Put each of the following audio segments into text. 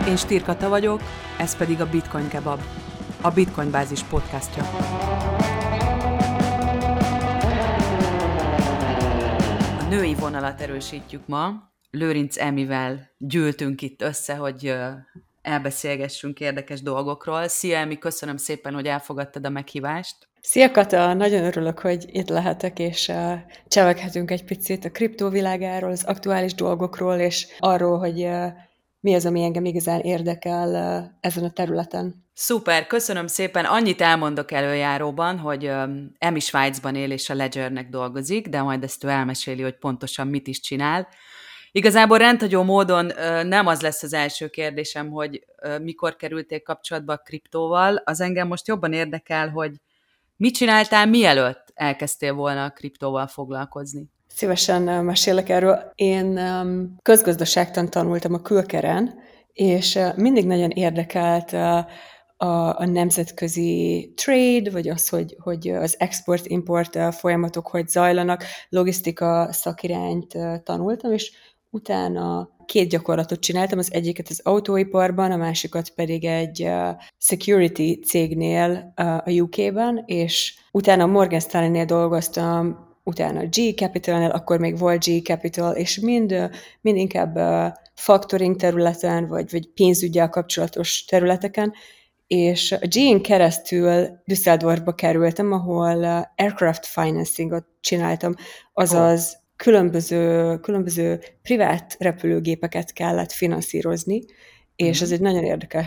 Én Stír Kata vagyok, ez pedig a Bitcoin Kebab, a Bitcoin Bázis podcastja. A női vonalat erősítjük ma. Lőrinc Emivel gyűltünk itt össze, hogy elbeszélgessünk érdekes dolgokról. Szia Emi, köszönöm szépen, hogy elfogadtad a meghívást. Szia Kata, nagyon örülök, hogy itt lehetek, és cseveghetünk egy picit a kriptóvilágáról, az aktuális dolgokról, és arról, hogy mi az, ami engem igazán érdekel ezen a területen. Szuper, köszönöm szépen. Annyit elmondok előjáróban, hogy Emi Svájcban él és a Ledgernek dolgozik, de majd ezt ő elmeséli, hogy pontosan mit is csinál. Igazából rendhagyó módon nem az lesz az első kérdésem, hogy mikor kerültél kapcsolatba a kriptóval. Az engem most jobban érdekel, hogy mit csináltál, mielőtt elkezdtél volna a kriptóval foglalkozni? Szívesen mesélek erről. Én közgazdaságtan tanultam a Külkeren, és mindig nagyon érdekelt a nemzetközi trade, vagy az, hogy az export-import folyamatok hogy zajlanak. Logisztika szakirányt tanultam, és utána 2 gyakorlatot csináltam, az egyiket az autóiparban, a másikat pedig egy security cégnél a UK-ben, és utána a Morgan Stanley-nél dolgoztam, utána a G Capitalnél, akkor még volt G Capital, és mind inkább factoring területen, vagy pénzüggyel kapcsolatos területeken, és a G-n keresztül Düsseldorfba kerültem, ahol aircraft financingot csináltam, azaz különböző privát repülőgépeket kellett finanszírozni, és ez egy nagyon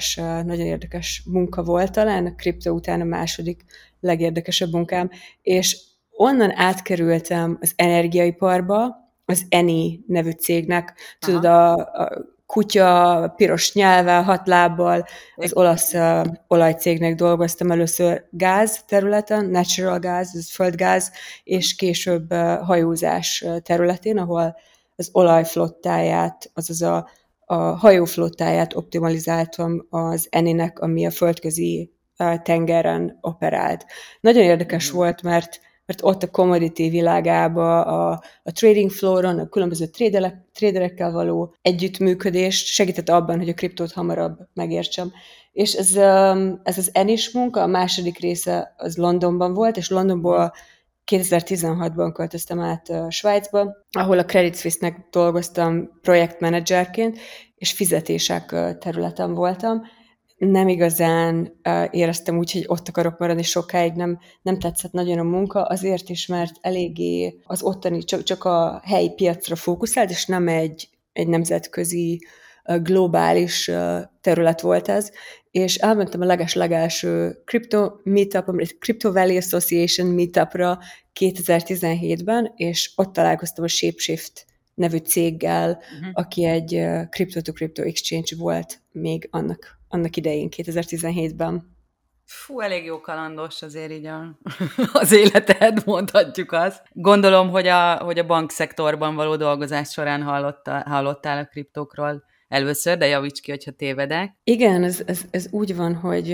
érdekes munka volt, talán a kripto után a második legérdekesebb munkám, és onnan átkerültem az energiaiparba, az Eni nevű cégnek, tudod, a kutya, piros nyelvvel, 6 lábbal, az olasz olajcégnek dolgoztam először gáz területen, natural gas, ez földgáz, és később hajózás területén, ahol az olajflottáját, azaz a hajóflottáját optimalizáltam az Eninek, ami a földközi tengeren operált. Nagyon érdekes volt, mert ott a commodity világába, a trading flooron, a különböző traderekkel való együttműködést segített abban, hogy a kriptót hamarabb megértsem. És ez az Enis munka, a második része az Londonban volt, és Londonból 2016-ban költöztem át Svájcba, ahol a Credit Suisse-nek dolgoztam projektmenedzserként, és fizetések területen voltam. Nem igazán éreztem úgy, hogy ott akarok maradni sokáig, nem tetszett nagyon a munka, azért is, mert eléggé az ottani csak a helyi piacra fókuszált, és nem egy nemzetközi, globális terület volt ez, és elmentem a legelső Crypto Meetup, a Crypto Valley Association Meetupra 2017-ben, és ott találkoztam a ShapeShift nevű céggel, aki egy crypto-to-crypto exchange volt még annak idején, 2017-ben. Fú, elég jó kalandos azért így az életed, mondhatjuk azt. Gondolom, hogy a bankszektorban való dolgozás során hallottál a kriptókról először, de javíts ki, hogyha tévedek. Igen, ez úgy van, hogy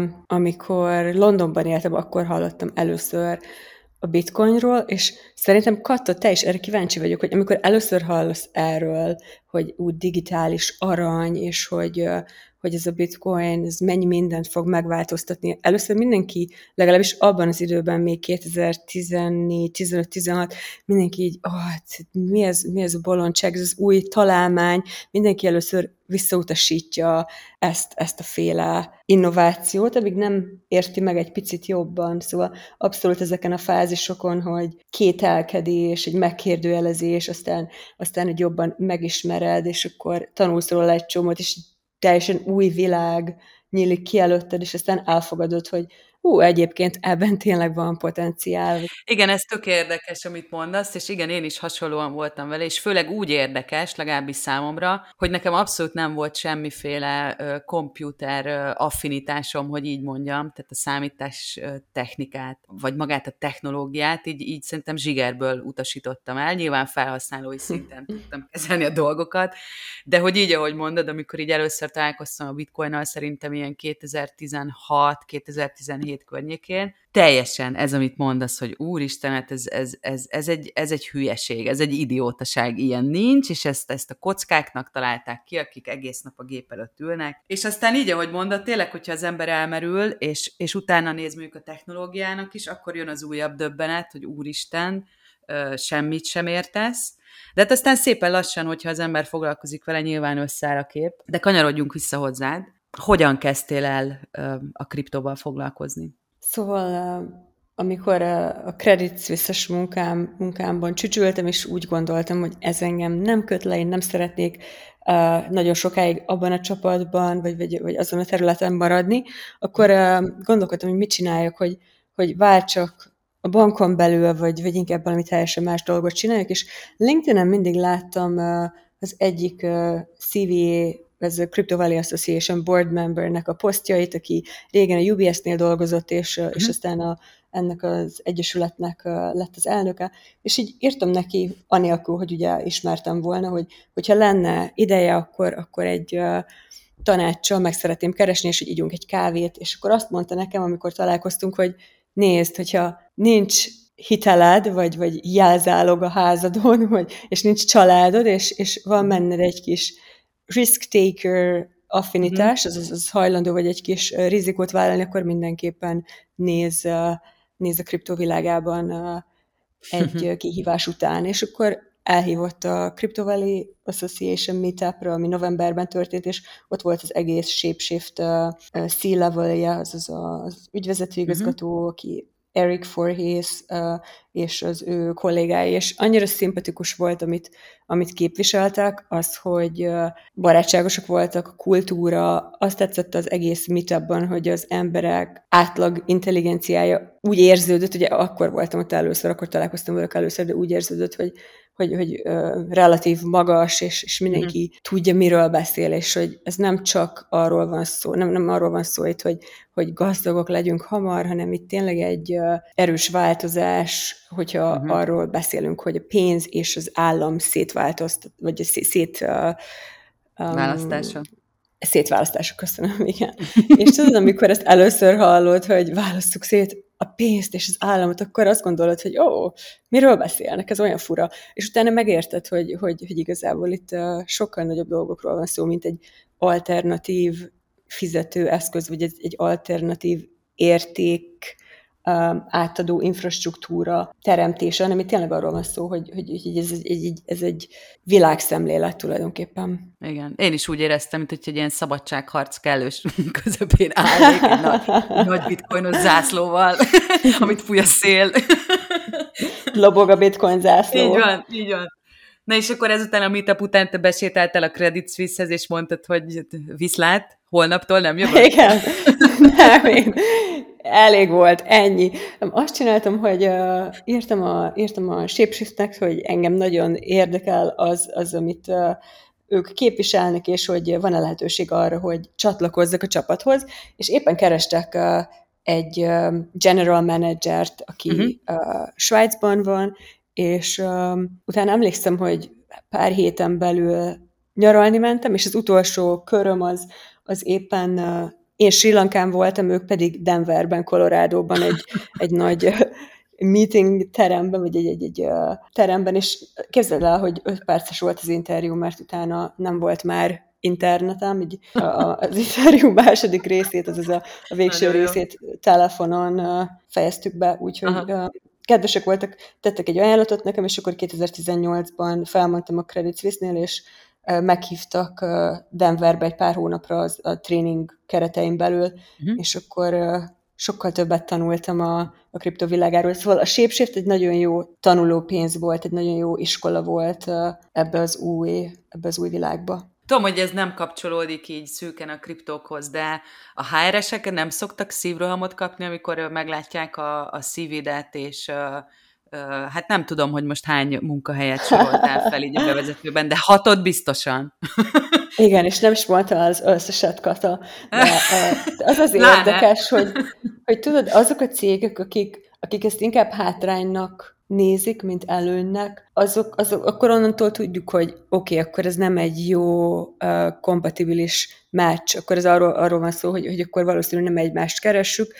amikor Londonban éltem, akkor hallottam először a bitcoinról, és szerintem Katta, te is erre kíváncsi vagyok, hogy amikor először hallasz erről, hogy úgy digitális arany, és hogy ez a bitcoin, ez mennyi mindent fog megváltoztatni. Először mindenki, legalábbis abban az időben, még 2014, 15, 16, mindenki így, mi ez a bolondság, ez az új találmány, mindenki először visszautasítja ezt a féle innovációt, amíg nem érti meg egy picit jobban. Szóval abszolút ezeken a fázisokon, hogy kételkedés, egy megkérdőjelezés, aztán hogy jobban megismered, és akkor tanulsz róla egy csomót, és teljesen új világ nyílik ki előtted, és aztán elfogadod, hogy egyébként ebben tényleg van potenciál. Igen, ez tök érdekes, amit mondasz, és igen, én is hasonlóan voltam vele, és főleg úgy érdekes, legalábbis számomra, hogy nekem abszolút nem volt semmiféle komputer affinitásom, hogy így mondjam, tehát a számítás technikát, vagy magát a technológiát, így szerintem zsigerből utasítottam el, nyilván felhasználói szinten tudtam kezelni a dolgokat, de hogy így, ahogy mondod, amikor így először találkoztam a bitcoinnal, szerintem ilyen 2016-2017 17 környékén. Teljesen ez, amit mondasz, hogy úristen, hát ez egy hülyeség, ez egy idiótaság, ilyen nincs, és ezt a kockáknak találták ki, akik egész nap a gép előtt ülnek. És aztán így, ahogy mondod, tényleg, hogyha az ember elmerül, és utána néz mondjuk a technológiának is, akkor jön az újabb döbbenet, hogy úristen, semmit sem értesz. De hát aztán szépen lassan, hogyha az ember foglalkozik vele, nyilván összeáll a kép. De kanyarodjunk vissza hozzád. Hogyan kezdtél el a kriptóval foglalkozni? Szóval, amikor a Credit Suisse-es munkámban csücsültem, és úgy gondoltam, hogy ez engem nem köt le, én nem szeretnék nagyon sokáig abban a csapatban, vagy azon a területen maradni, akkor gondolkodtam, hogy mit csináljak, hogy váltsak a bankon belül, vagy inkább valami teljesen más dolgot csináljak, és LinkedIn-en mindig láttam az egyik CVA, ez a Crypto Valley Association board membernek a posztjait, aki régen a UBS-nél dolgozott, és aztán ennek az egyesületnek lett az elnöke, és így írtam neki, anélkül, hogy ugye ismertem volna, hogyha lenne ideje, akkor egy tanácssal meg szeretném keresni, és hogy ígyunk egy kávét, és akkor azt mondta nekem, amikor találkoztunk, hogy nézd, hogyha nincs hiteled, vagy jelzálog a házadon, és nincs családod, és van benned egy kis risk-taker affinitás, az hajlandó vagy egy kis rizikót vállalni, akkor mindenképpen néz a kriptovilágában egy kihívás után. És akkor elhívott a Crypto Valley Association meetupra, ami novemberben történt, és ott volt az egész Shapeshift C-levelje, azaz az ügyvezetőigazgató, aki Eric Voorhees és az ő kollégái, és annyira szimpatikus volt, amit képviseltek, az, hogy barátságosak voltak, a kultúra, azt tetszett az egész meetupban, hogy az emberek átlag intelligenciája úgy érződött, ugye akkor voltam ott először, akkor találkoztam velük először, de úgy érződött, hogy relatív magas, és mindenki tudja, miről beszél, és hogy ez nem csak arról van szó, nem arról van szó itt, hogy gazdagok legyünk hamar, hanem itt tényleg egy erős változás, hogyha arról beszélünk, hogy a pénz és az állam szétváltoztat, vagy szétválasztása, köszönöm, igen. És tudod, amikor ezt először hallod, hogy válasszuk szét a pénzt és az államot, akkor azt gondolod, hogy miről beszélnek, ez olyan fura. És utána megérted, hogy igazából itt sokkal nagyobb dolgokról van szó, mint egy alternatív fizetőeszköz, vagy egy alternatív érték átadó infrastruktúra teremtése, hanem itt tényleg arról van szó, hogy ez egy világszemlélet tulajdonképpen. Igen. Én is úgy éreztem, mint hogy egy ilyen szabadságharc kellős közepén állnék egy nagy bitcoinos zászlóval, amit fúj a szél. Lobog a bitcoin zászló. Így van. Na és akkor ezután a meetup után te besétáltál a Credit Suisse-hez, és mondtad, hogy viszlát, holnaptól nem jövök? Igen. Nem, elég volt, ennyi. Azt csináltam, hogy írtam a Shapeshiftnek, hogy engem nagyon érdekel az amit ők képviselnek, és hogy van-e lehetőség arra, hogy csatlakozzak a csapathoz, és éppen kerestek egy general managert, aki Svájcban van, és utána emlékszem, hogy pár héten belül nyaralni mentem, és az utolsó köröm az éppen én Sri Lankán voltam, ők pedig Denverben, Coloradóban egy nagy meeting teremben, vagy egy teremben, és képzeld el, hogy 5 perces volt az interjú, mert utána nem volt már internetem, így az interjú második részét, azaz a végső részét telefonon fejeztük be, úgyhogy kedvesek voltak, tettek egy ajánlatot nekem, és akkor 2018-ban felmondtam a Credit Suisse-nél, és meghívtak Denverbe egy pár hónapra a tréning keretein belül, és akkor sokkal többet tanultam a kriptovilágáról. Szóval a Shapeshift egy nagyon jó tanulópénz volt, egy nagyon jó iskola volt ebbe az új világba. Tudom, hogy ez nem kapcsolódik így szűken a kriptókhoz, de a HR-esek nem szoktak szívrohamot kapni, amikor meglátják a CV-det, és hát nem tudom, hogy most hány munkahelyet soroltál fel így a bevezetőben, de 6 biztosan. Igen, és nem is mondtam az összeset, Kata. De az érdekes, hogy tudod, azok a cégek, akik ezt inkább hátránynak nézik, mint előnynek, azok akkor onnantól tudjuk, hogy oké, akkor ez nem egy jó kompatibilis match, akkor ez arról van szó, hogy akkor valószínűleg nem egymást keressük,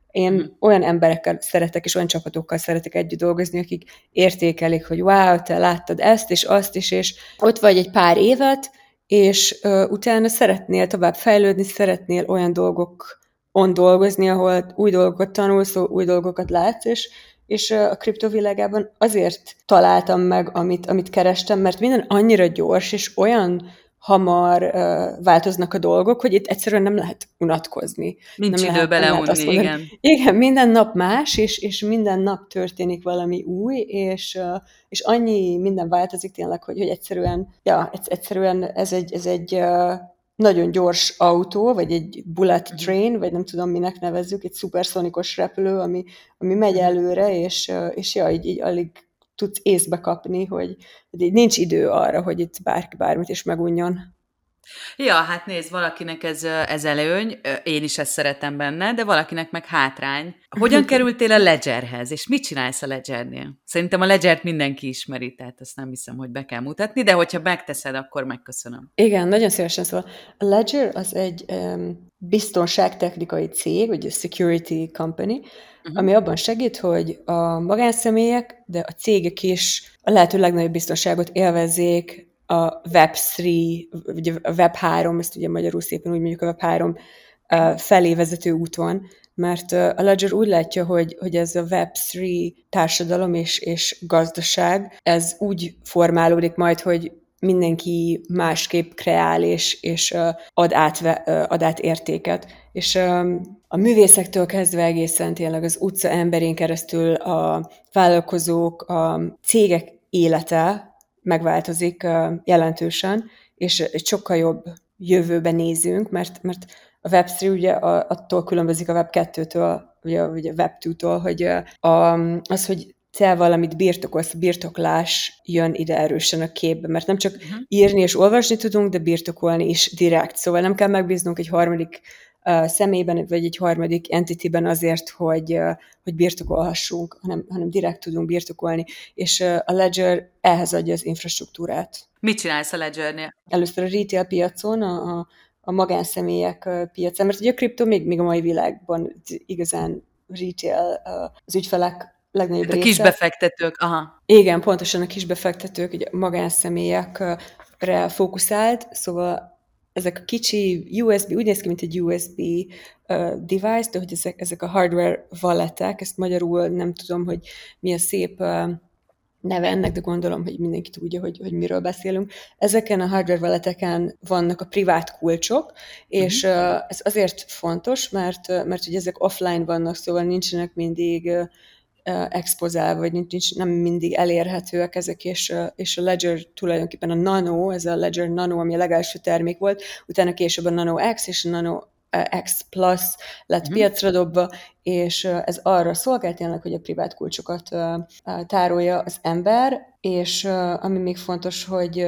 Én olyan emberekkel szeretek, és olyan csapatokkal szeretek együtt dolgozni, akik értékelik, hogy wow, te láttad ezt és azt is, és ott vagy egy pár évet, és utána szeretnél tovább fejlődni, szeretnél olyan dolgokon dolgozni, ahol új dolgokat tanulsz, új dolgokat látsz, és a kriptovilágában azért találtam meg, amit kerestem, mert minden annyira gyors, és olyan hamar változnak a dolgok, hogy itt egyszerűen nem lehet unatkozni. Nincs idő Nem lehet beleunni, azt mondani, igen. igen, minden nap más, és minden nap történik valami új, és annyi minden változik tényleg, hogy egyszerűen ez egy nagyon gyors autó, vagy egy bullet train, vagy nem tudom, minek nevezzük, egy szuperszonikus repülő, ami megy előre, és így alig tudsz észbe kapni, hogy így nincs idő arra, hogy itt bárki bármit is megunjon. Ja, hát nézd, valakinek ez előny, én is ezt szeretem benne, de valakinek meg hátrány. Hogyan kerültél a Ledgerhez, és mit csinálsz a Ledgernél? Szerintem a Ledgert mindenki ismeri, tehát azt nem hiszem, hogy be kell mutatni, de hogyha megteszed, akkor megköszönöm. Igen, nagyon szívesen szól. A Ledger az egy biztonságtechnikai cég, vagy a security company, ami abban segít, hogy a magánszemélyek, de a cégek is a lehető legnagyobb biztonságot élvezzék a Web3, vagy a Web3, ezt ugye magyarul szépen úgy mondjuk a Web3 felé vezető úton, mert a Ledger úgy látja, hogy ez a Web3 társadalom és gazdaság, ez úgy formálódik majd, hogy mindenki másképp kreál és ad át értéket. És a művészektől kezdve egészen tényleg az utca emberén keresztül a vállalkozók, a cégek élete megváltozik jelentősen, és egy sokkal jobb jövőben nézünk, mert a Web3 ugye attól különbözik a Web2-től, vagy a Web2-től, hogy az, hogy te valamit birtokolsz, birtoklás jön ide erősen a képbe, mert nem csak írni és olvasni tudunk, de birtokolni is direkt. Szóval nem kell megbíznunk egy harmadik személyben, vagy egy harmadik entityben azért, hogy birtokolhassunk, hanem direkt tudunk birtokolni. És a Ledger ehhez adja az infrastruktúrát. Mit csinálsz a Ledgernél? Először a retail piacon, a magánszemélyek piacán, mert ugye a kriptó még a mai világban igazán retail, az ügyfelek legnagyobb része. A kisbefektetők, aha. Igen, pontosan a kisbefektetők, ugye magánszemélyekre fókuszált, szóval ezek a kicsi USB, úgy néz ki, mint egy USB device, de hogy ezek a hardware walletek, ezt magyarul nem tudom, hogy mi a szép neve ennek, de gondolom, hogy mindenki tudja, hogy miről beszélünk. Ezeken a hardware walleteken vannak a privát kulcsok, és ez azért fontos, mert ugye ezek offline vannak, szóval nincsenek mindig expozálva, vagy nem mindig elérhetőek ezek, és a Ledger tulajdonképpen a Nano, ez a Ledger Nano, ami a legelső termék volt, utána később a Nano X és a Nano X Plus lett piacra dobva, és ez arra szolgál tényleg, hogy a privát kulcsokat tárolja az ember, és ami még fontos, hogy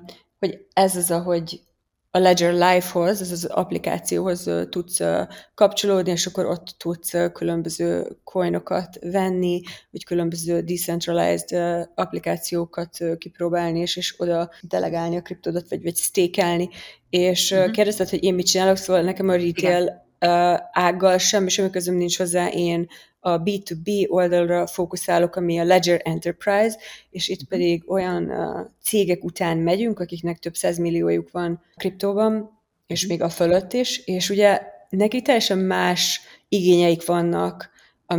ez az, ahogy a Ledger Live-hoz, ez az applikációhoz tudsz kapcsolódni, és akkor ott tudsz különböző coinokat venni, vagy különböző decentralized applikációkat kipróbálni, és oda delegálni a kriptodat, vagy stakelni. És kérdezted, hogy én mit csinálok, szóval nekem a retail ággal semmi közöm nincs hozzá, én a B2B oldalra fókuszálok, ami a Ledger Enterprise, és itt pedig olyan cégek után megyünk, akiknek több 100 milliójuk van kriptóban, és még a fölött is, és ugye nekik teljesen más igényeik vannak,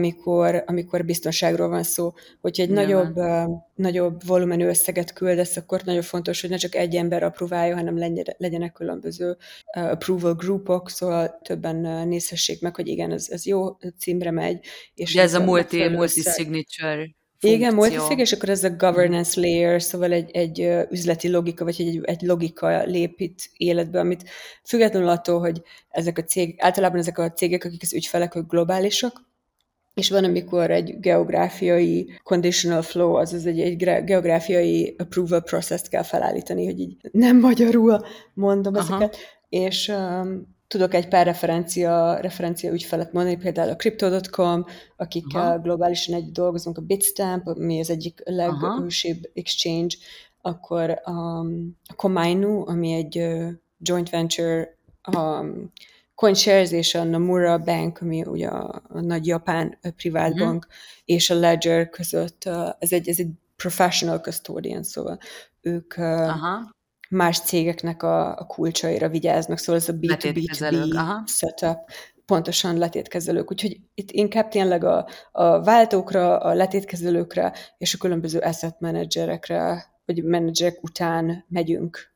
amikor biztonságról van szó. Hogyha egy nagyobb volumenű összeget küldesz, akkor nagyon fontos, hogy ne csak egy ember approválja, hanem legyenek különböző approval groupok, szóval többen nézhessék meg, hogy igen, ez jó címre megy. És ugye ez a multi-signature funkció. Igen, multisig, és akkor ez a governance layer, szóval egy üzleti logika, vagy egy logika lépít életbe, amit függetlenül attól, hogy általában ezek a cégek, akik az ügyfelek, ők globálisak, és van, amikor egy geográfiai conditional flow, azaz egy geográfiai approval process-t kell felállítani, hogy így nem magyarul mondom ezeket, és tudok egy pár referencia ügyfelet mondani, például a Crypto.com, akikkel globálisan együtt dolgozunk, a Bitstamp, ami az egyik legősibb exchange, akkor a Komainu, ami egy joint venture CoinShares és a Nomura Bank, ami ugye a nagy japán privát bank, és a Ledger között, ez egy professional custodian, szóval ők Aha, más cégeknek a kulcsaira vigyáznak, szóval ez a B2B2B letétkezelők, aha. setup, pontosan letétkezelők. Úgyhogy itt inkább tényleg a váltókra, a letétkezelőkre és a különböző asset managerekre, vagy menedzserek után megyünk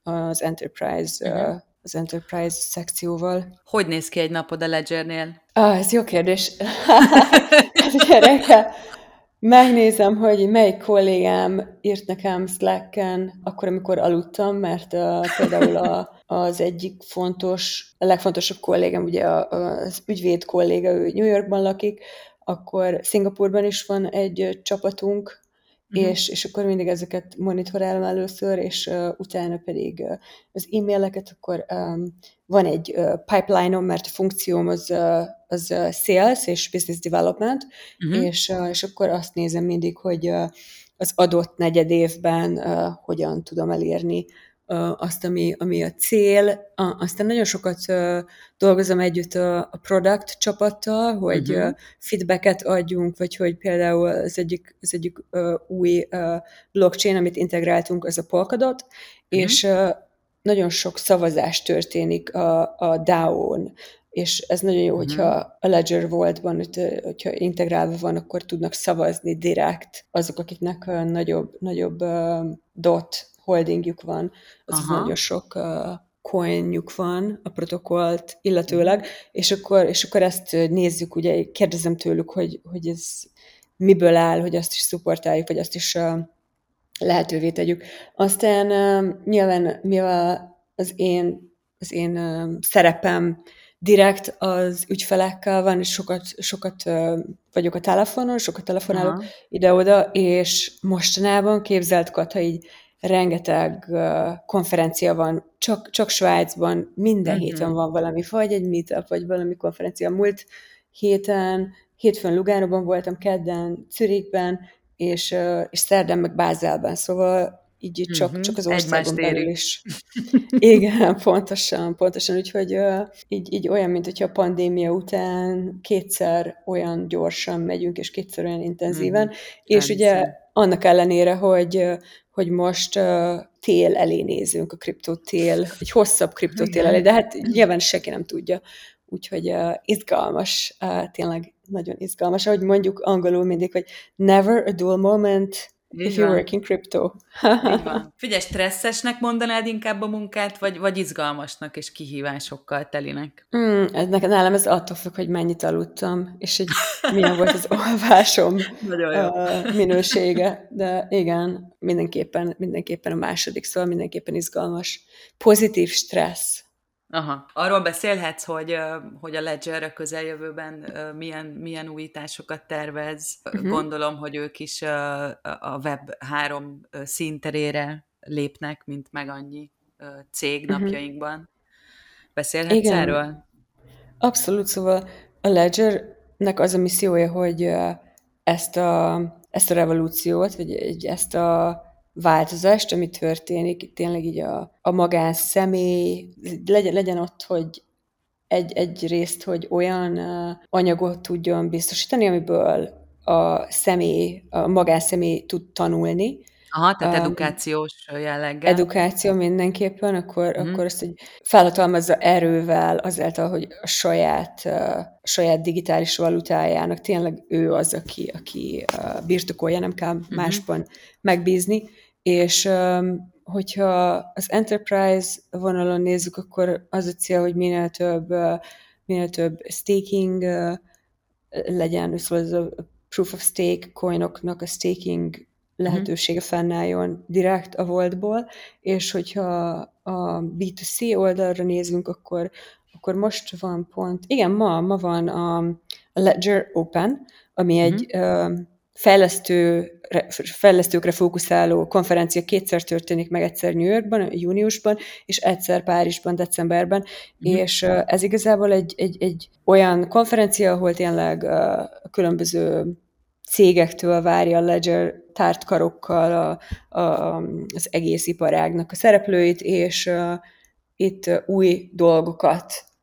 az Enterprise szekcióval. Hogy néz ki egy napod a Ledgernél? Ez jó kérdés. Hát ugye reggel megnézem, hogy melyik kollégám írt nekem Slacken akkor, amikor aludtam, mert például az egyik a legfontosabb kollégám, ugye az ügyvéd kolléga, ő New Yorkban lakik, akkor Szingapurban is van egy csapatunk, és akkor mindig ezeket monitorálom először, és utána pedig az e-maileket, akkor van egy pipeline-om, mert a funkcióm az sales és business development, és akkor azt nézem mindig, hogy az adott negyed évben hogyan tudom elérni azt, ami a cél. Aztán nagyon sokat dolgozom együtt a product csapattal, hogy feedbacket adjunk, vagy hogy például az egyik új blockchain, amit integráltunk, az a Polkadot, és nagyon sok szavazás történik a DAO-n, és ez nagyon jó, hogyha a Ledger Vault-ban, hogyha integrálva van, akkor tudnak szavazni direkt azok, akiknek nagyobb dot holdingjuk van, azaz nagyon sok coinjuk van a protokollt illetőleg, és akkor ezt nézzük, ugye kérdezem tőlük, hogy ez miből áll, hogy azt is szupportáljuk, vagy azt is lehetővé tegyük. Aztán nyilván, mivel az én szerepem direkt az ügyfelekkel van, és sokat vagyok a telefonon, sokat telefonálok ide-oda, és mostanában képzelt Kata, így rengeteg konferencia van, csak Svájcban, minden héten van valami, vagy egy meetup, vagy valami konferencia. Múlt hétfőn Lugánóban voltam, kedden Zürichben, és szerdán meg Bázelben, szóval így csak az országon belül is. Igen, pontosan, úgyhogy így olyan, mint hogyha a pandémia után kétszer olyan gyorsan megyünk, és kétszer olyan intenzíven, és ugye annak ellenére, hogy most tél elé nézünk, a kriptotél, egy hosszabb kriptotél elé, de hát nyilván senki nem tudja. Úgyhogy izgalmas, tényleg nagyon izgalmas. Ahogy mondjuk angolul mindig, hogy never a dull moment if you work in crypto. Így van. Figyelj, stresszesnek mondanád inkább a munkát, vagy izgalmasnak és kihívásokkal telinek? Nálam ez attól függ, hogy mennyit aludtam, és hogy milyen volt az alvásom minősége. De igen, mindenképpen a második, szóval mindenképpen izgalmas. Pozitív stressz. Aha. Arról beszélhetsz, hogy a Ledger a közeljövőben milyen újításokat tervez. Gondolom, hogy ők is a Web 3 színterére lépnek, mint meg annyi cég napjainkban. Beszélhetsz erről? Abszolút, szóval a Ledgernek az a missziója, hogy ezt a revolúciót, vagy ezt a változást, ami történik, tényleg így a magánszemély, legyen ott, hogy egyrészt, hogy olyan anyagot tudjon biztosítani, amiből a magánszemély tud tanulni. Aha, tehát edukációs jelleggel. Edukáció mindenképpen, akkor azt, hogy felhatalmazza erővel azáltal, hogy a saját digitális valutájának tényleg ő az, aki birtokolja, nem kell másban megbízni, és hogyha az Enterprise vonalon nézzük, akkor az a cél, hogy minél több staking legyen, szóval ez a proof of stake coinoknak a staking lehetősége fennálljon direkt a Vaultból, és hogyha a B2C oldalra nézünk, akkor most van pont, igen, ma van a Ledger Open, ami egy fejlesztőkre fókuszáló konferencia, kétszer történik meg, egyszer New Yorkban, júniusban, és egyszer Párizsban, decemberben, és ez igazából egy olyan konferencia, ahol tényleg különböző cégektől várja a Ledger tárt karokkal az egész iparágnak a szereplőit, és itt új dolgokat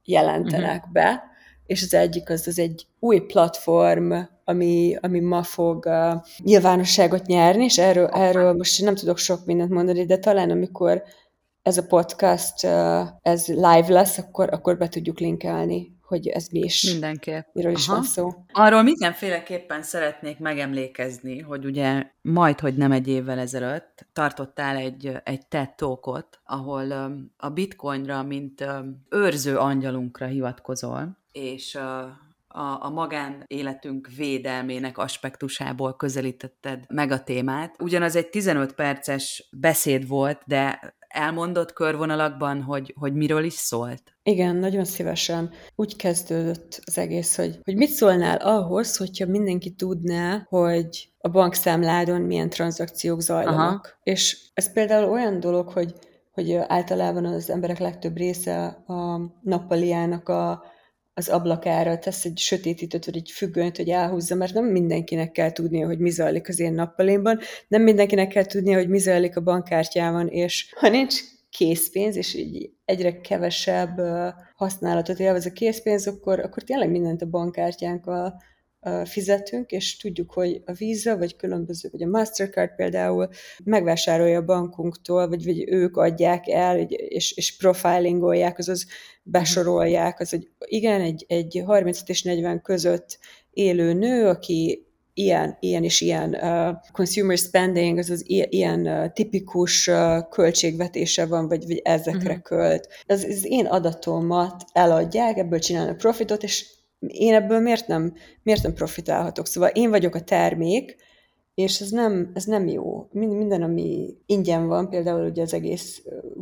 jelentenek be, és az egyik az egy új platform, ami ma fog nyilvánosságot nyerni, és erről most nem tudok sok mindent mondani, de talán amikor ez a podcast, ez live lesz, akkor be tudjuk linkelni, hogy ez mi is, Mindenképp. miről is van szó. Arról mindenféleképpen szeretnék megemlékezni, hogy ugye majdhogy nem egy évvel ezelőtt tartottál egy TED Talkot, ahol a bitcoinra, mint őrző angyalunkra hivatkozol, és a magánéletünk védelmének aspektusából közelítetted meg a témát. Ugyanaz egy 15 perces beszéd volt, de elmondott körvonalakban, hogy miről is szólt? Igen, nagyon szívesen. Úgy kezdődött az egész, hogy mit szólnál ahhoz, hogyha mindenki tudná, hogy a bankszámládon milyen tranzakciók zajlanak. És ez például olyan dolog, hogy általában az emberek legtöbb része a nappaliának az ablakára tesz egy sötétítőt, vagy egy függönyt, hogy elhúzza, mert nem mindenkinek kell tudnia, hogy mi zajlik az én nappalémban, nem mindenkinek kell tudnia, hogy mi zajlik a bankkártyában, és ha nincs készpénz, és így egyre kevesebb használatot élvez a készpénz, akkor tényleg mindent a bankkártyánkkal fizetünk, és tudjuk, hogy a Visa, vagy különböző, vagy a Mastercard például megvásárolja a bankunktól, vagy ők adják el, és profilingolják, azaz besorolják, az, hogy igen, egy 35 és 40 között élő nő, aki ilyen és ilyen consumer spending, azaz ilyen tipikus költségvetése van, vagy ezekre költ. Az én adatomat eladják, ebből csinálnak profitot, és én ebből miért nem profitálhatok? Szóval én vagyok a termék, és ez nem jó. Minden, ami ingyen van, például ugye az egész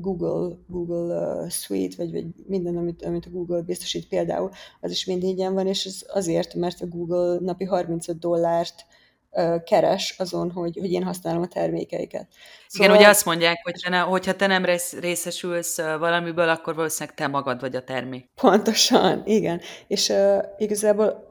Google Suite, vagy minden, amit a Google biztosít például, az is mind ingyen van, és ez azért, mert a Google napi $35 keres azon, hogy én használom a termékeiket. Szóval... Igen, ugye azt mondják, hogy hogyha te nem részesülsz valamiből, akkor valószínűleg te magad vagy a termék. Pontosan, igen. És igazából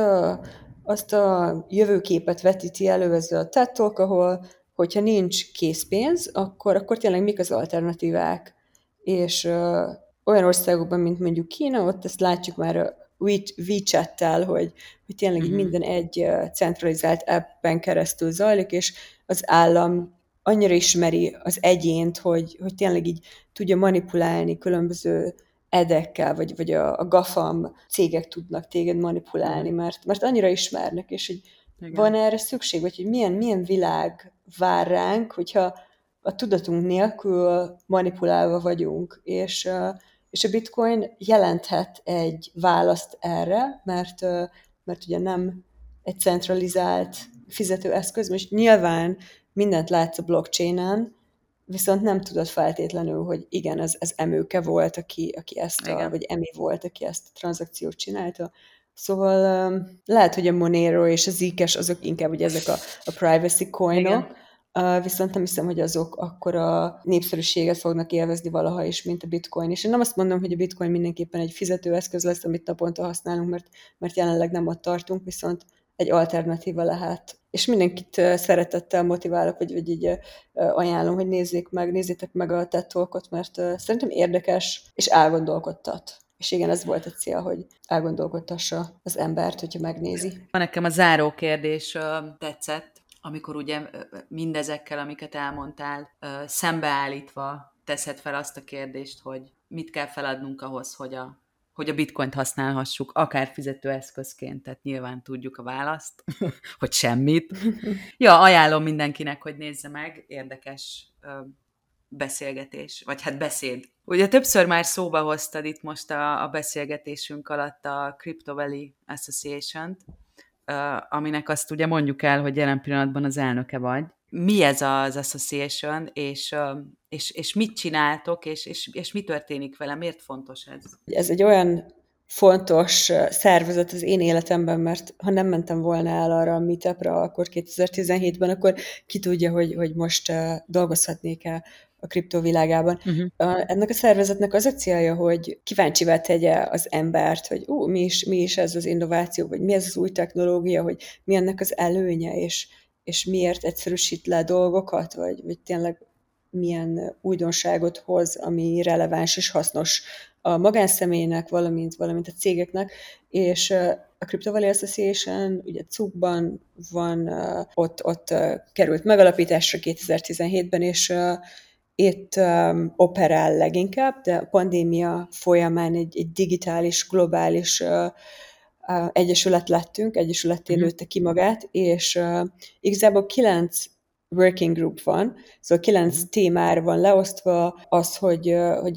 azt a jövőképet vetíti elő ez a TED Talk, ahol, hogyha nincs készpénz, akkor tényleg mik az alternatívák. És olyan országokban, mint mondjuk Kína, ott ezt látjuk már a WeChat-tel, hogy tényleg így minden egy centralizált appen keresztül zajlik, és az állam annyira ismeri az egyént, hogy tényleg így tudja manipulálni különböző edekkel, vagy a GAFAM cégek tudnak téged manipulálni, mert annyira ismernek, és hogy van erre szükség, vagy hogy milyen világ vár ránk, hogyha a tudatunk nélkül manipulálva vagyunk, és a bitcoin jelenthet egy választ erre, mert ugye nem egy centralizált fizetőeszköz, most nyilván mindent látsz a blockchainen, viszont nem tudod feltétlenül, hogy igen, ez Emőke volt, aki ezt vagy Emi volt, aki ezt a tranzakciót csinálta. Szóval lehet, hogy a Monero és a Zcash azok inkább ugye ezek a privacy coinok, viszont nem hiszem, hogy azok akkora népszerűséget fognak élvezni valaha is, mint a bitcoin. És én nem azt mondom, hogy a bitcoin mindenképpen egy fizetőeszköz lesz, amit naponta használunk, mert jelenleg nem ott tartunk, viszont egy alternatíva lehet. És mindenkit szeretettel motiválok, vagy így ajánlom, hogy nézzétek meg a TED Talkot, mert szerintem érdekes, és elgondolkodtat. És igen, ez volt a cél, hogy elgondolkodtassa az embert, hogyha megnézi. Nekem a záró kérdés tetszett, amikor ugye mindezekkel, amiket elmondtál, szembeállítva teszed fel azt a kérdést, hogy mit kell feladnunk ahhoz, hogy a bitcoint használhassuk, akár fizetőeszközként, tehát nyilván tudjuk a választ, hogy semmit. Ja, ajánlom mindenkinek, hogy nézze meg, érdekes beszélgetés, vagy hát beszéd. Ugye többször már szóba hoztad itt most a beszélgetésünk alatt a Crypto Valley Association-t, aminek azt ugye mondjuk el, hogy jelen pillanatban az elnöke vagy. Mi ez az association, és mit csináltok, és mi történik vele? Miért fontos ez? Ez egy olyan fontos szervezet az én életemben, mert ha nem mentem volna el arra a meetupra akkor 2017-ben, akkor ki tudja, hogy most dolgozhatnék-e a kriptovilágában. Ennek a szervezetnek az a célja, hogy kíváncsivá tegye az embert, hogy mi is ez az innováció, vagy mi ez az új technológia, hogy mi ennek az előnye, és miért egyszerűsít le dolgokat, vagy tényleg milyen újdonságot hoz, ami releváns és hasznos a magánszemélynek, valamint a cégeknek, és a Crypto Valley Association ugye CUK-ban van, ott került megalapításra 2017-ben, és itt operál leginkább, de a pandémia folyamán egy digitális, globális egyesület lettünk, egyesületté nőtte ki magát, és igazából 9 working group van, szóval 9 témára van leosztva, az, hogy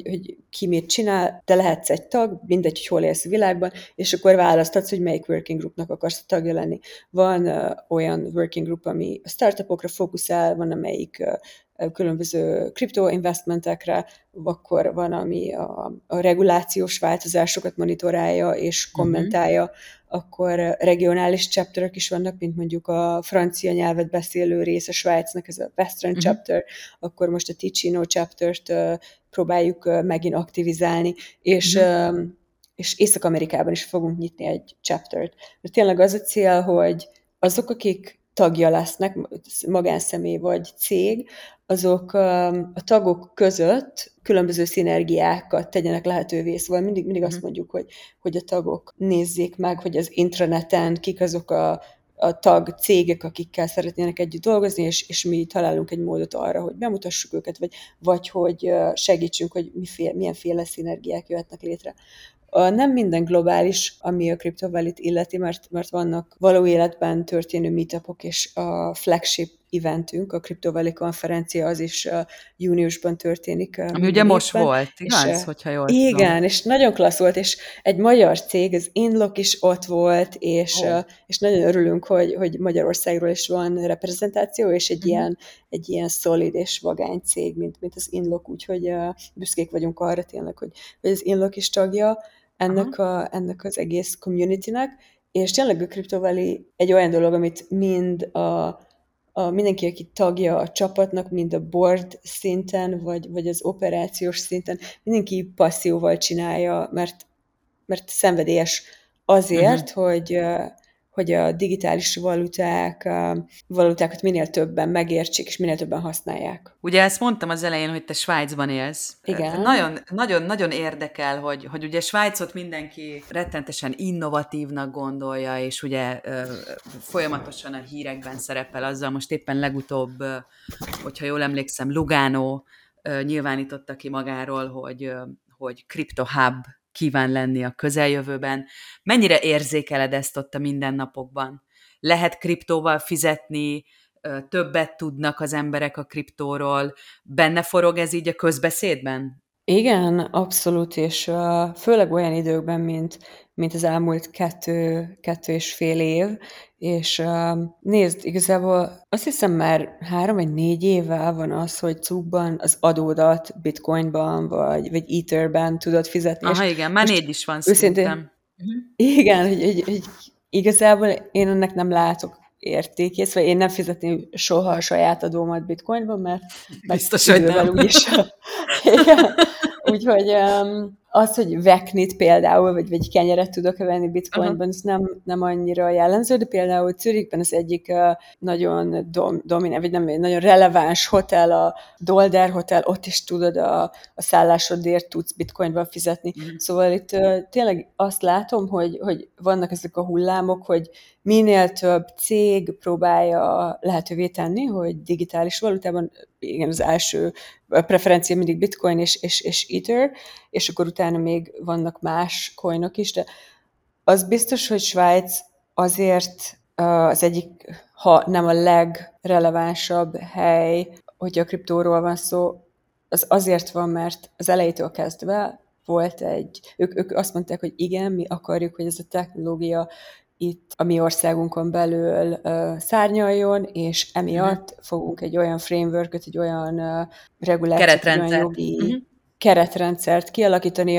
ki mit csinál, te lehetsz egy tag, mindegy, hogy hol élsz a világban, és akkor választhatsz, hogy melyik working groupnak akarsz tagja lenni. Van olyan working group, ami a startupokra fókuszál, van amelyik különböző kriptoinvestmentekre, akkor van, ami a regulációs változásokat monitorálja és kommentálja, akkor regionális chapterök is vannak, mint mondjuk a francia nyelvet beszélő része Svájcnak, ez a Western chapter, akkor most a Ticino chaptert próbáljuk megint aktivizálni, és Észak-Amerikában is fogunk nyitni egy chaptert. Mert tényleg az a cél, hogy azok, akik tagja lesznek, magánszemély vagy cég, azok a tagok között különböző szinergiákat tegyenek lehetővé. Szóval mindig azt mondjuk, hogy a tagok nézzék meg, hogy az intraneten kik azok a tag cégek, akikkel szeretnének együtt dolgozni, és mi találunk egy módot arra, hogy bemutassuk őket, vagy hogy segítsünk, hogy milyenféle szinergiák jöhetnek létre. Nem minden globális, ami a Crypto Valley-t illeti, mert vannak való életben történő meetupok, és a flagship eventünk, a Crypto Valley konferencia, az is júniusban történik. Ami ugye most volt, igaz? Hogyha jól igen, tudom. és nagyon klassz volt, és egy magyar cég, az Inlock is ott volt, és nagyon örülünk, hogy Magyarországról is van reprezentáció, és egy ilyen szolid és vagány cég, mint az Inlock, úgyhogy büszkék vagyunk arra tényleg, hogy az Inlock is tagja ennek az egész communitynek, és tényleg a Crypto Valley egy olyan dolog, amit mind mindenki, aki tagja a csapatnak, mind a board szinten, vagy az operációs szinten, mindenki passzióval csinálja, mert szenvedélyes azért, hogy a digitális valutákat minél többen megértsék, és minél többen használják. Ugye ezt mondtam az elején, hogy te Svájcban élsz. Igen. Nagyon érdekel, hogy ugye Svájcot mindenki rettentesen innovatívnak gondolja, és ugye folyamatosan a hírekben szerepel azzal, most éppen legutóbb, hogyha jól emlékszem, Lugano nyilvánította ki magáról, hogy Crypto Hub kíván lenni a közeljövőben. Mennyire érzékeled ezt ott a mindennapokban? Lehet kriptóval fizetni, többet tudnak az emberek a kriptóról, benne forog ez így a közbeszédben? Igen, abszolút, és főleg olyan időkben, mint az elmúlt kettő és fél év, és nézd, igazából azt hiszem már 3 vagy 4 évvel van az, hogy CUK-ban az adódat Bitcoinban vagy Etherben tudod fizetni. Aha, igen, már 4 is van szerintem. Igen, hogy igazából én ennek nem látok értékét, vagy én nem fizetném soha a saját adómat Bitcoinban, mert biztos, hogy nem. Úgyis, igen, úgyhogy az, hogy veknit például, vagy kenyeret tudok venni Bitcoinban, ez nem annyira jellemző, de például Zürichben az egyik nagyon domináns, vagy nem nagyon releváns hotel, a Dolder Hotel, ott is tudod a szállásodért tudsz Bitcoinban fizetni. Szóval itt tényleg azt látom, hogy vannak ezek a hullámok, hogy minél több cég próbálja lehetővé tenni, hogy digitális valutában, igen, az első preferencia mindig Bitcoin és Ether, és akkor utána még vannak más coinok is, de az biztos, hogy Svájc azért az egyik, ha nem a legrelevánsabb hely, hogyha a kriptóról van szó, az azért van, mert az elejétől kezdve volt ők azt mondták, hogy igen, mi akarjuk, hogy ez a technológia itt a mi országunkon belül szárnyaljon, és emiatt fogunk egy olyan frameworköt, egy olyan regulációt, egy olyan jogi keretrendszert kialakítani,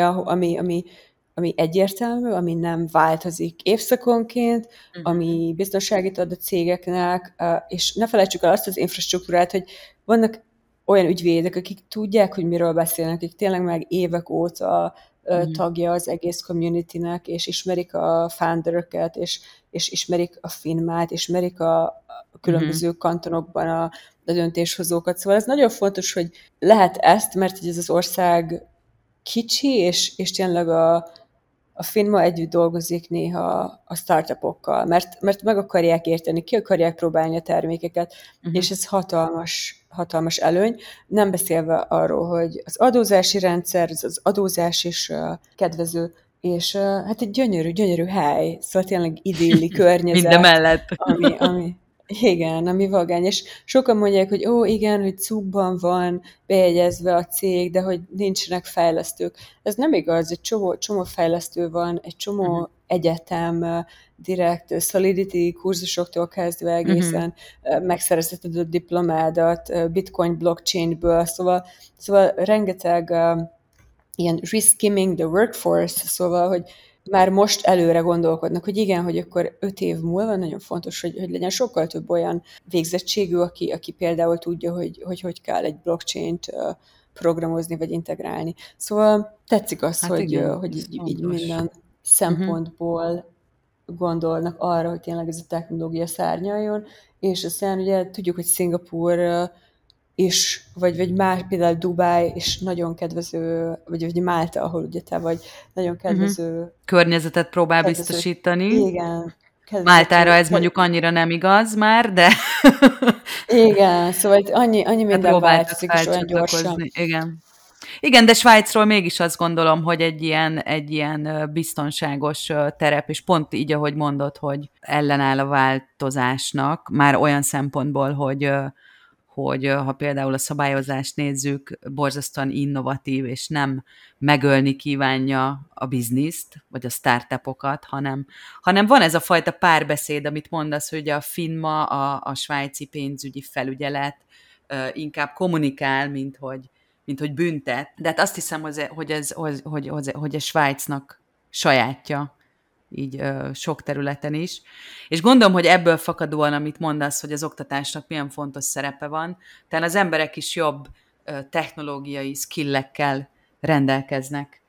ami egyértelmű, ami nem változik évszakonként, ami biztonságit ad a cégeknek, és ne felejtsük el azt az infrastruktúrát, hogy vannak olyan ügyvédek, akik tudják, hogy miről beszélnek, akik tényleg meg évek óta tagja az egész communitynek, és ismerik a founderöket, és ismerik a FINMA-t, ismerik a különböző kantonokban a döntéshozókat. Szóval ez nagyon fontos, hogy lehet ezt, mert ez az ország kicsi, és tényleg a Finma együtt dolgozik néha a startupokkal, mert meg akarják érteni, ki akarják próbálni a termékeket, és ez hatalmas előny. Nem beszélve arról, hogy az adózási rendszer, az adózás is kedvező, és hát egy gyönyörű hely, szóval tényleg idilli környezet, Mindemellett. ami igen, ami vagány, és sokan mondják, hogy ó, igen, hogy Zugban van bejegyezve a cég, de hogy nincsenek fejlesztők. Ez nem igaz, egy csomó fejlesztő van, egy csomó egyetem, direkt Solidity kurzusoktól kezdve egészen megszerezheted a diplomádat, Bitcoin blockchainből, szóval rengeteg ilyen reskimming the workforce, szóval, hogy már most előre gondolkodnak, hogy igen, hogy akkor 5 év múlva nagyon fontos, hogy legyen sokkal több olyan végzettségű, aki például tudja, hogy kell egy blockchain-t programozni vagy integrálni. Szóval tetszik az, Hát hogy, igen, hogy ez így fontos. minden szempontból gondolnak arra, hogy tényleg ez a technológia szárnyaljon, és aztán ugye tudjuk, hogy Szingapúr is, vagy más, például Dubáj is nagyon kedvező, vagy Málta, ahol ugye te vagy, nagyon kedvező, Környezetet próbál kedvező, biztosítani. igen, Máltára ez mondjuk annyira nem igaz már, de igen, szóval itt annyi de minden próbáltak változik, és olyan gyorsan. felcsatlakozni. Igen. Igen, de Svájcról mégis azt gondolom, hogy egy ilyen biztonságos terep, és pont így, ahogy mondod, hogy ellenáll a változásnak, már olyan szempontból, hogy ha például a szabályozást nézzük, borzasztóan innovatív, és nem megölni kívánja a bizniszt, vagy a startupokat, hanem van ez a fajta párbeszéd, amit mondasz, hogy a FINMA, a svájci pénzügyi felügyelet inkább kommunikál, mint hogy büntet. De hát azt hiszem, hogy ez Svájcnak sajátja, így sok területen is. És gondolom, hogy ebből fakadóan, amit mondasz, hogy az oktatásnak milyen fontos szerepe van, tehát az emberek is jobb technológiai skillekkel rendelkeznek,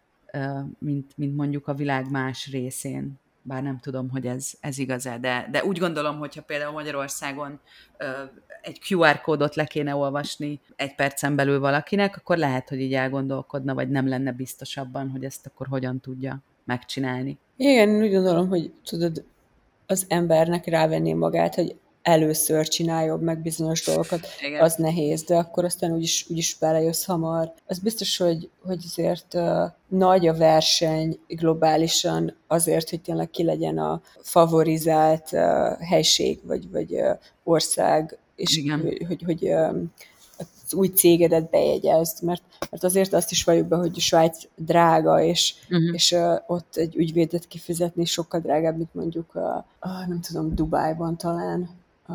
mint mondjuk a világ más részén. Bár nem tudom, hogy ez igaz-e, de úgy gondolom, hogyha például Magyarországon egy QR kódot le kéne olvasni egy percen belül valakinek, akkor lehet, hogy így elgondolkodna, vagy nem lenne biztos abban, hogy ezt akkor hogyan tudja megcsinálni. Igen, én úgy gondolom, hogy tudod, az embernek rávenni magát, hogy először csináljon meg bizonyos dolgokat, Igen. az nehéz, de akkor aztán úgyis belejössz hamar. Az biztos, hogy azért nagy a verseny globálisan azért, hogy tényleg ki legyen a favorizált helység, vagy ország, és Igen. hogy az új cégedet bejegyezd, mert azért azt is valljuk be, hogy a Svájc drága, és ott egy ügyvédet kifizetni sokkal drágább, mint mondjuk nem tudom, Dubájban talán.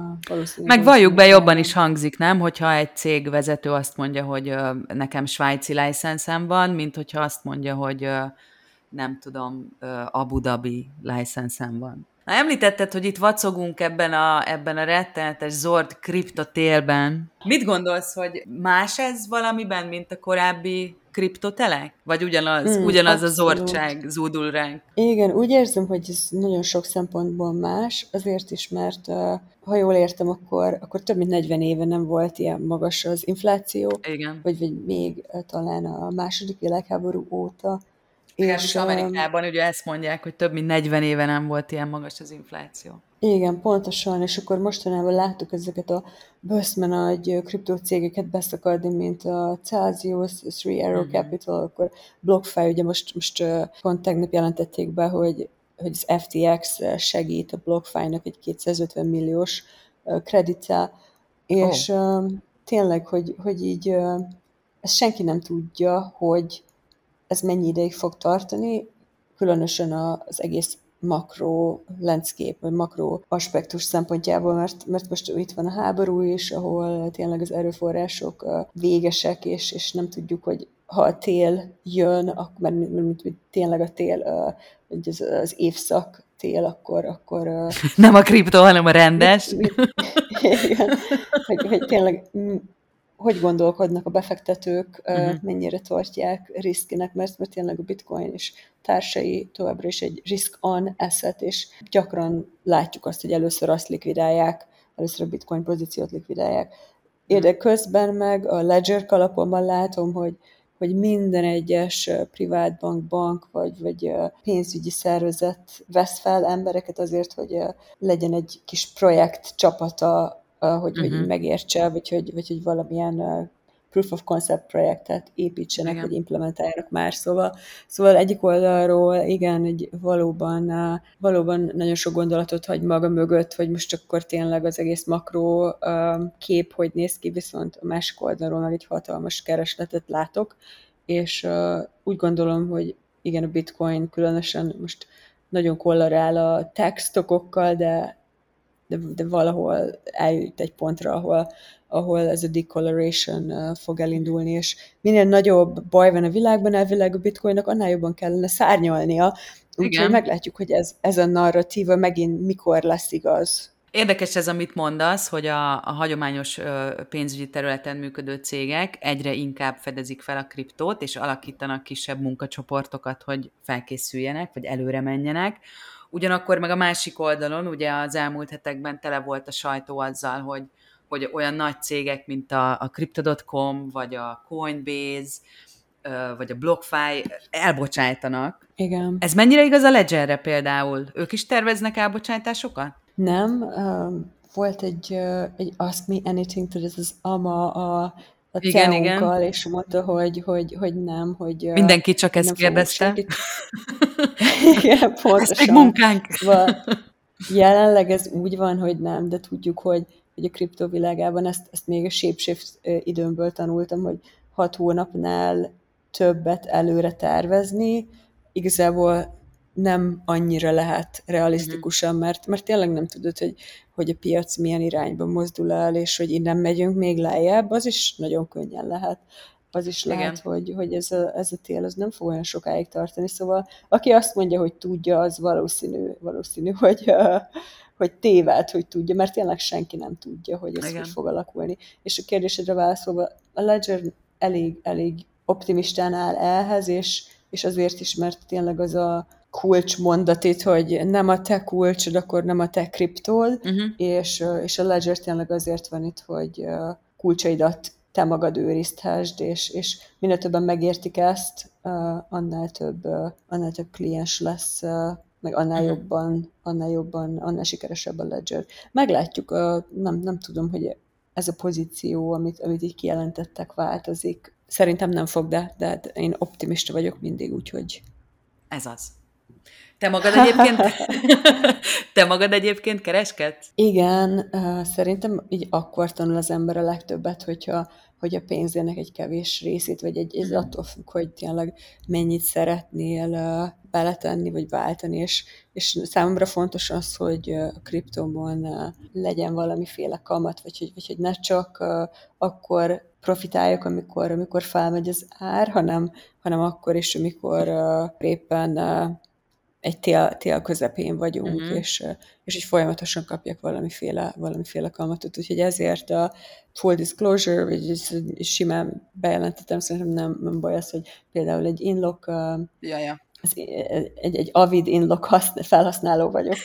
Meg valljuk be, jobban is hangzik, nem? Hogyha egy cégvezető azt mondja, hogy nekem svájci licenszem van, mint hogyha azt mondja, hogy nem tudom, Abu Dhabi licenszem van. Na, említetted, hogy itt vacogunk ebben a rettenetes zord kriptotélben. Mit gondolsz, hogy más ez valamiben, mint a korábbi kriptotelek? Vagy ugyanaz a zordság zúdul ránk? Igen, úgy érzem, hogy ez nagyon sok szempontból más, azért is, mert ha jól értem, akkor több mint 40 éve nem volt ilyen magas az infláció, Igen. vagy még talán a második világháború óta. És Amerikában ugye ezt mondják, hogy több mint 40 éve nem volt ilyen magas az infláció. Igen, pontosan, és akkor mostanában láttuk ezeket a böszme nagy kriptocégeket beszakadni, mint a Celsius, Three Arrow Capital, akkor BlockFi, ugye most pont tegnap jelentették be, hogy az FTX segít a BlockFi-nak egy 250 milliós kredittel, és tényleg, hogy így ezt senki nem tudja, hogy ez mennyi ideig fog tartani, különösen az egész makro landscape, vagy makro aspektus szempontjából, mert most itt van a háború is, ahol tényleg az erőforrások végesek, és nem tudjuk, hogy ha a tél jön, akkor, mert tényleg a tél, az évszak tél, akkor nem a kripto, hanem a rendes. Igen, hogy tényleg hogy gondolkodnak a befektetők, mennyire tartják riskinek, mert tényleg a bitcoin és társai továbbra is egy risk-on asset, és gyakran látjuk azt, hogy először azt likvidálják, először a bitcoin pozíciót likvidálják. De közben meg a ledger kalapomban látom, hogy hogy minden egyes privát bank vagy pénzügyi szervezet vesz fel embereket azért, hogy legyen egy kis projekt csapata, hogy megértse, vagy hogy valamilyen proof of concept projektet építsenek, vagy Igen. implementáljanak már. Szóval egyik oldalról igen, valóban nagyon sok gondolatot hagy maga mögött, hogy most akkor tényleg az egész makró kép hogy néz ki, viszont a másik oldalról meg egy hatalmas keresletet látok, és úgy gondolom, hogy igen, a bitcoin különösen most nagyon kolorál a tech stockokkal, de valahol eljut egy pontra, ahol ez a decoloration fog elindulni, és minél nagyobb baj van a világban, elvileg a bitcoinnak annál jobban kellene szárnyalnia, úgyhogy Igen. meglátjuk, hogy ez a narratíva megint mikor lesz igaz. Érdekes ez, amit mondasz, hogy a hagyományos pénzügyi területen működő cégek egyre inkább fedezik fel a kriptót, és alakítanak kisebb munkacsoportokat, hogy felkészüljenek, vagy előre menjenek. Ugyanakkor meg a másik oldalon, ugye az elmúlt hetekben tele volt a sajtó azzal, hogy olyan nagy cégek, mint a Crypto.com, vagy a Coinbase, vagy a BlockFi elbocsájtanak. Igen. Ez mennyire igaz a Ledgerre például? Ők is terveznek elbocsátásokat? Nem, volt egy Ask Me Anything, tudod, ez az AMA a Igen, igen. CEO-nkkal, és mondta, hogy nem, Mindenki csak hogy ezt nem fogunk kérdezte. senkit. Igen, Ez még pontosan. munkánk. Szóval jelenleg ez úgy van, hogy nem, de tudjuk, hogy a kriptovilágában ezt még a ShapeShift időmből tanultam, hogy 6 hónapnál többet előre tervezni, igazából nem annyira lehet realisztikusan, mert tényleg nem tudod, hogy a piac milyen irányba mozdul el, és hogy innen megyünk még lejjebb, az is nagyon könnyen lehet. Az is lehet, Igen. hogy ez a tél az nem fog olyan sokáig tartani. Szóval aki azt mondja, hogy tudja, az valószínű hogy téved, hogy tudja, mert tényleg senki nem tudja, hogy ez hogy Igen. fog alakulni. És a kérdésedre válaszolva, a Ledger elég optimistán áll ehhez, és azért is, mert tényleg az a kulcsmondat itt, hogy nem a te kulcsod, akkor nem a te kriptód, és a Ledger tényleg azért van itt, hogy kulcsaidat te magad őrizthesd, és minél többen megértik ezt, annál több kliens lesz, meg annál sikeresebb a Ledger. Meglátjuk, nem tudom, hogy ez a pozíció, amit így kijelentettek, változik. Szerintem nem fog, de én optimista vagyok mindig, úgyhogy... Ez az. Te magad egyébként, te magad egyébként kereskedsz? Igen, szerintem így akkor tanul az ember a legtöbbet, hogy a pénzének egy kevés részét, vagy ez attól függ, hogy tényleg mennyit szeretnél beletenni, vagy váltani, és számomra fontos az, hogy a kriptóban legyen valamiféle kamat, vagy hogy ne csak akkor profitáljak, amikor felmegy az ár, hanem akkor is, amikor éppen egy tél közepén vagyunk, és így folyamatosan kapjak valamiféle kamatot. Úgyhogy ezért a full disclosure, vagy simán bejelentettem, szerintem nem baj az, hogy például egy Inlock, Jaja. egy avid Inlock felhasználó vagyok.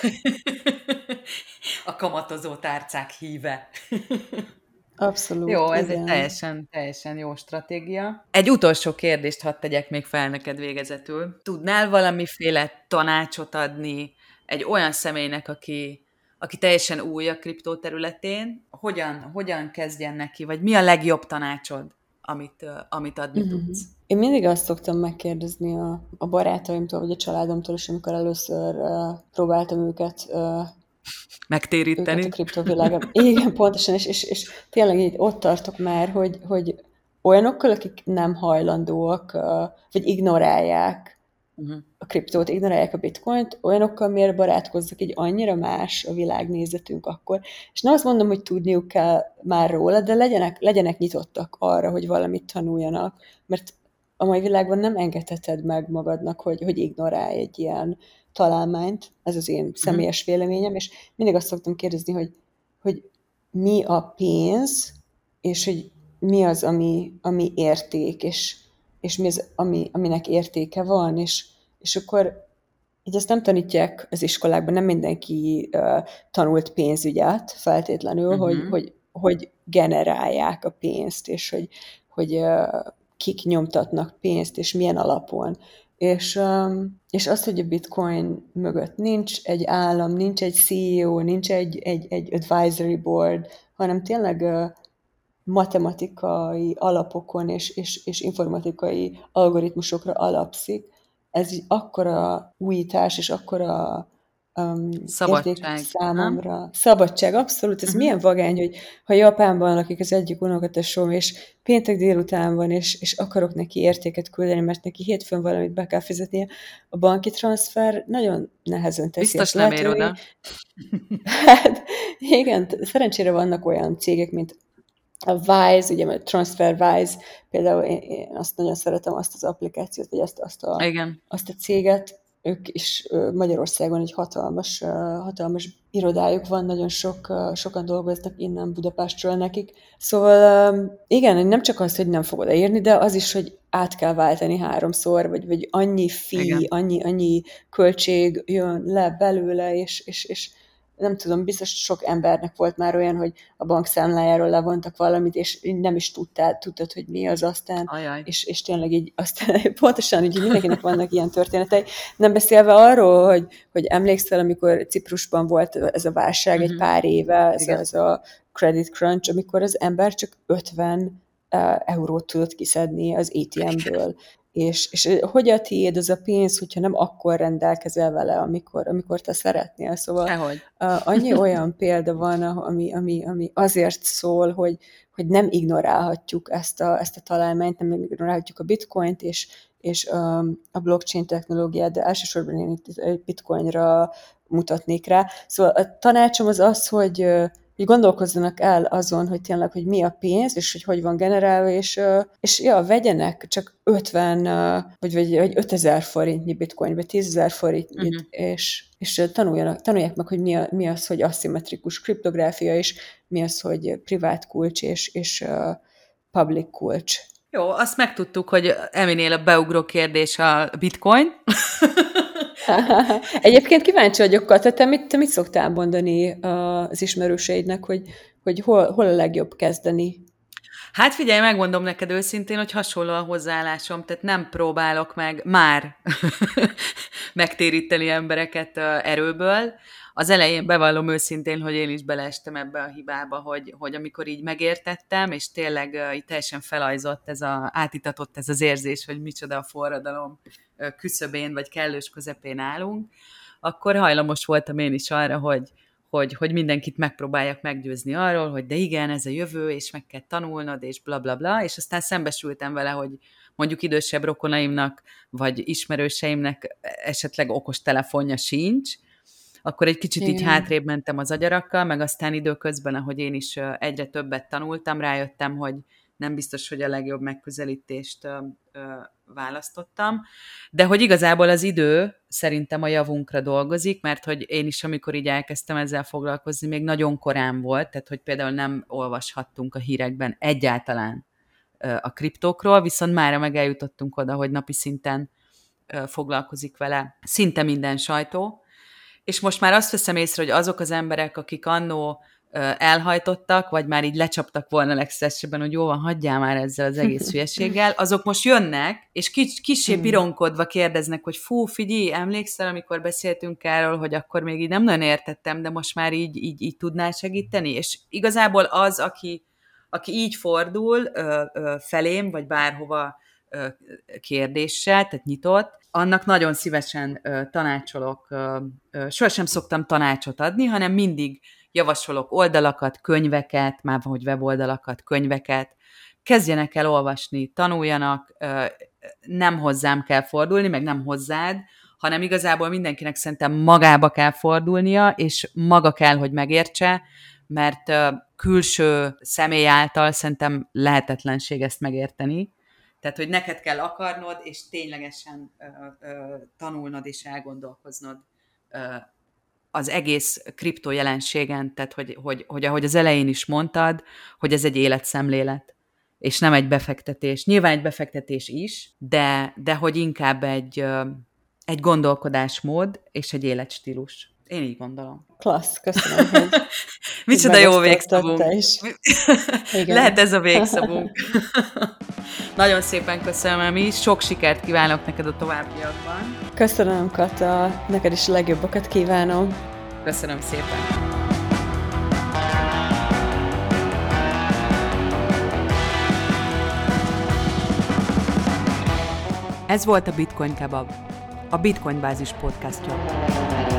A kamatozó tárcák híve. Abszolút, Jó, ez egy igen. teljesen jó stratégia. Egy utolsó kérdést hadd tegyek még fel neked végezetül. Tudnál valamiféle tanácsot adni egy olyan személynek, aki teljesen új a kriptó területén? Hogyan kezdjen neki, vagy mi a legjobb tanácsod, amit adni tudsz? Én mindig azt szoktam megkérdezni a barátaimtól, vagy a családomtól is, amikor először próbáltam őket Megtéríteni? a kriptovilágban. Igen, pontosan, és tényleg így ott tartok már, hogy olyanokkal, akik nem hajlandóak, vagy ignorálják a kriptót, ignorálják a bitcoint, olyanokkal miért barátkozzak, így annyira más a világnézetünk akkor. És nem azt mondom, hogy tudniuk kell már róla, de legyenek nyitottak arra, hogy valamit tanuljanak, mert a mai világban nem engedheted meg magadnak, hogy ignorálj egy ilyen találmányt, ez az én személyes véleményem, és mindig azt szoktam kérdezni, hogy mi a pénz, és hogy mi az, ami érték, és mi az, aminek értéke van, és akkor így ezt nem tanítják az iskolákban, nem mindenki tanult pénzügyet feltétlenül, hogy generálják a pénzt, és hogy kik nyomtatnak pénzt, és milyen alapon. És az, hogy a bitcoin mögött nincs egy állam, nincs egy CEO, nincs egy advisory board, hanem tényleg matematikai alapokon és informatikai algoritmusokra alapszik, ez egy akkora újítás, és akkora érték Szabadság, nem? számomra. Szabadság, abszolút. Ez Uh-huh. milyen vagány, hogy ha Japánban lakik az egyik unokatesom, és péntek délután van, és akarok neki értéket küldeni, mert neki hétfőn valamit be kell fizetnie, a banki transfer nagyon nehezen teszi Biztos ezt nem ér lehetővé. oda. Hát igen, szerencsére vannak olyan cégek, mint a Wise, ugye a TransferWise, például én azt nagyon szeretem, azt az applikációt, vagy Igen. azt a céget, ők is Magyarországon egy hatalmas irodájuk van, nagyon sokan dolgoznak innen Budapestről nekik. Szóval igen, nem csak az, hogy nem fog odaérni, de az is, hogy át kell váltani 3-szor, vagy annyi fee, Igen. annyi költség jön le belőle, és nem tudom, biztos sok embernek volt már olyan, hogy a bankszámlájáról levontak valamit, és nem is tudtad, hogy mi az aztán, Ajaj. és tényleg így aztán pontosan, úgyhogy mindenkinek vannak ilyen történetei. Nem beszélve arról, hogy emlékszel, amikor Ciprusban volt ez a válság egy pár éve, ez a credit crunch, amikor az ember csak 50 eurót tudott kiszedni az ATM-ből. És hogy a tiéd az a pénz, hogyha nem akkor rendelkezel vele, amikor te szeretnél. Szóval Sehogy. annyi olyan példa van, ami azért szól, hogy nem ignorálhatjuk ezt a találmányt, nem ignorálhatjuk a bitcoint és a blockchain technológiát, de elsősorban én itt bitcoinra mutatnék rá. Szóval a tanácsom az, hogy gondolkozzanak el azon, hogy tényleg, hogy mi a pénz, és hogy van generálva, és vegyenek csak 50, vagy 5000 forintnyi bitcoin, vagy 10 000 forintnyit, és tanulják meg, hogy mi az, hogy aszimmetrikus kriptográfia, és mi az, hogy privát kulcs, és public kulcs. Jó, azt megtudtuk, hogy Eminél a beugró kérdés a bitcoin. Egyébként kíváncsi vagyok, Kata, te mit szoktál mondani az ismerőseidnek, hogy hol a legjobb kezdeni? Hát figyelj, megmondom neked őszintén, hogy hasonló a hozzáállásom, tehát nem próbálok meg már megtéríteni embereket erőből. Az elején bevallom őszintén, hogy én is beleestem ebbe a hibába, hogy amikor így megértettem, és tényleg így teljesen felajzott átitatott ez az érzés, hogy micsoda a forradalom küszöbén, vagy kellős közepén állunk, akkor hajlamos voltam én is arra, hogy mindenkit megpróbáljak meggyőzni arról, hogy de igen, ez a jövő, és meg kell tanulnod, és bla bla bla, és aztán szembesültem vele, hogy mondjuk idősebb rokonaimnak, vagy ismerőseimnek esetleg okos telefonja sincs, akkor egy kicsit így hátrébb mentem az agyarakkal, meg aztán időközben, ahogy én is egyre többet tanultam, rájöttem, hogy nem biztos, hogy a legjobb megközelítést választottam, de hogy igazából az idő szerintem a javunkra dolgozik, mert hogy én is, amikor így elkezdtem ezzel foglalkozni, még nagyon korán volt, tehát hogy például nem olvashattunk a hírekben egyáltalán a kriptókról, viszont mára meg eljutottunk oda, hogy napi szinten foglalkozik vele szinte minden sajtó, és most már azt veszem észre, hogy azok az emberek, akik annó elhajtottak, vagy már így lecsaptak volna legszívesebben, hogy jó van, hagyjál már ezzel az egész hülyeséggel, azok most jönnek, és kissé pironkodva kérdeznek, hogy fú, figyelj, emlékszel, amikor beszéltünk erről, hogy akkor még így nem nagyon értettem, de most már így tudnál segíteni? És igazából az, aki így fordul felém, vagy bárhova kérdéssel, tehát nyitott, annak nagyon szívesen tanácsolok, sohasem szoktam tanácsot adni, hanem mindig javasolok oldalakat, könyveket, már hogy weboldalakat, könyveket, kezdjenek el olvasni, tanuljanak, nem hozzám kell fordulni, meg nem hozzád, hanem igazából mindenkinek szerintem magába kell fordulnia, és maga kell, hogy megértse, mert külső személy által szerintem lehetetlenség ezt megérteni. Tehát, hogy neked kell akarnod, és ténylegesen tanulnod és elgondolkoznod az egész kriptó jelenségen, tehát, hogy ahogy az elején is mondtad, hogy ez egy életszemlélet, és nem egy befektetés. Nyilván egy befektetés is, de hogy inkább egy gondolkodásmód és egy életstílus. Én így gondolom. Klassz, köszönöm, hogy Micsoda jó megosztottad végszavunk. te is. Igen. Lehet ez a végszavunk. Nagyon szépen köszönöm, Emi. Sok sikert kívánok neked a továbbiakban. Köszönöm, Kata. Neked is a legjobbakat kívánom. Köszönöm szépen. Ez volt a Bitcoin Kebab, a Bitcoin Bázis podcastja.